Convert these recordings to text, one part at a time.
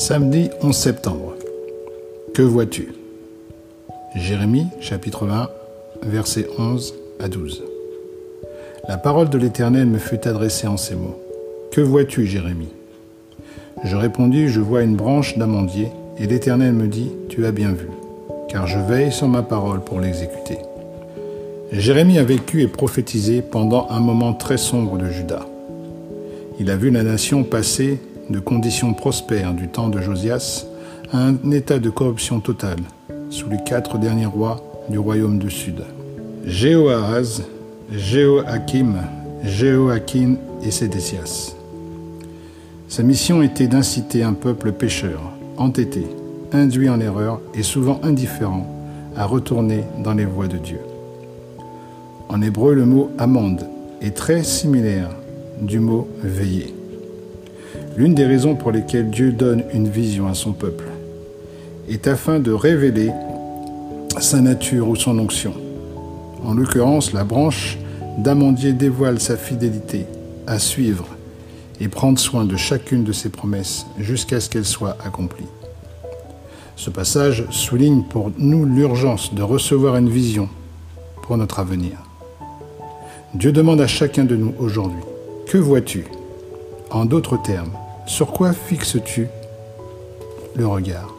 Samedi 11 septembre. Que vois-tu? Jérémie, chapitre 20, versets 11 à 12. La parole de l'Éternel me fut adressée en ces mots. Que vois-tu, Jérémie? Je répondis, je vois une branche d'amandier, et l'Éternel me dit, tu as bien vu, car je veille sur ma parole pour l'exécuter. Jérémie a vécu et prophétisé pendant un moment très sombre de Juda. Il a vu la nation passer de conditions prospères du temps de Josias à un état de corruption totale sous les 4 derniers rois du royaume du Sud. Jéhoahaz, Jéhoakim, Jéhoakin et Sédécias. Sa mission était d'inciter un peuple pécheur, entêté, induit en erreur et souvent indifférent à retourner dans les voies de Dieu. En hébreu, le mot « amande » est très similaire du mot « veiller ». L'une des raisons pour lesquelles Dieu donne une vision à son peuple est afin de révéler sa nature ou son onction. En l'occurrence, la branche d'amandier dévoile sa fidélité à suivre et prendre soin de chacune de ses promesses jusqu'à ce qu'elles soient accomplies. Ce passage souligne pour nous l'urgence de recevoir une vision pour notre avenir. Dieu demande à chacun de nous aujourd'hui, que vois-tu? En d'autres termes, sur quoi fixes-tu le regard?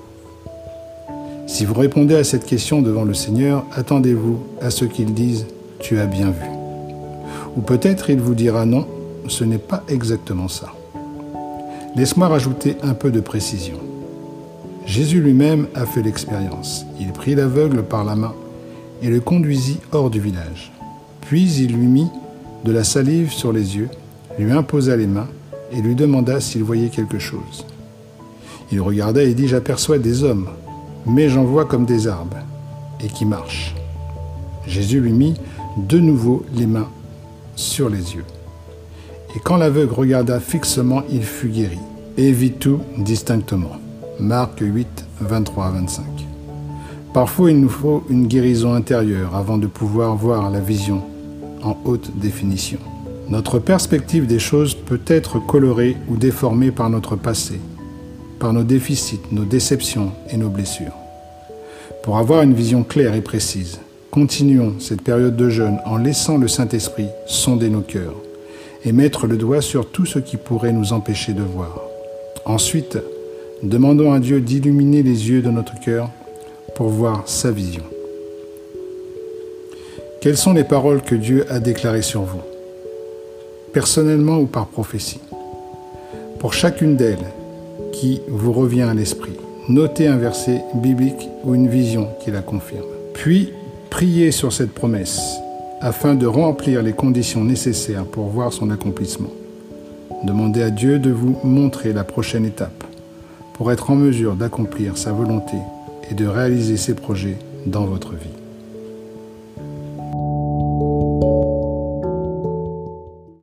Si vous répondez à cette question devant le Seigneur, attendez-vous à ce qu'il dise « tu as bien vu ». Ou peut-être il vous dira « non, ce n'est pas exactement ça ». Laisse-moi rajouter un peu de précision. Jésus lui-même a fait l'expérience. Il prit l'aveugle par la main et le conduisit hors du village. Puis il lui mit de la salive sur les yeux, lui imposa les mains et lui demanda s'il voyait quelque chose. Il regarda et dit « J'aperçois des hommes, mais j'en vois comme des arbres, et qui marchent. » Jésus lui mit de nouveau les mains sur les yeux. Et quand l'aveugle regarda fixement, il fut guéri, et vit tout distinctement. Marc 8, 23 à 25. Parfois, il nous faut une guérison intérieure avant de pouvoir voir la vision en haute définition. Notre perspective des choses peut être colorée ou déformée par notre passé, par nos déficits, nos déceptions et nos blessures. Pour avoir une vision claire et précise, continuons cette période de jeûne en laissant le Saint-Esprit sonder nos cœurs et mettre le doigt sur tout ce qui pourrait nous empêcher de voir. Ensuite, demandons à Dieu d'illuminer les yeux de notre cœur pour voir sa vision. Quelles sont les paroles que Dieu a déclarées sur vous, personnellement ou par prophétie? Pour chacune d'elles qui vous revient à l'esprit, notez un verset biblique ou une vision qui la confirme. Puis, priez sur cette promesse afin de remplir les conditions nécessaires pour voir son accomplissement. Demandez à Dieu de vous montrer la prochaine étape pour être en mesure d'accomplir sa volonté et de réaliser ses projets dans votre vie.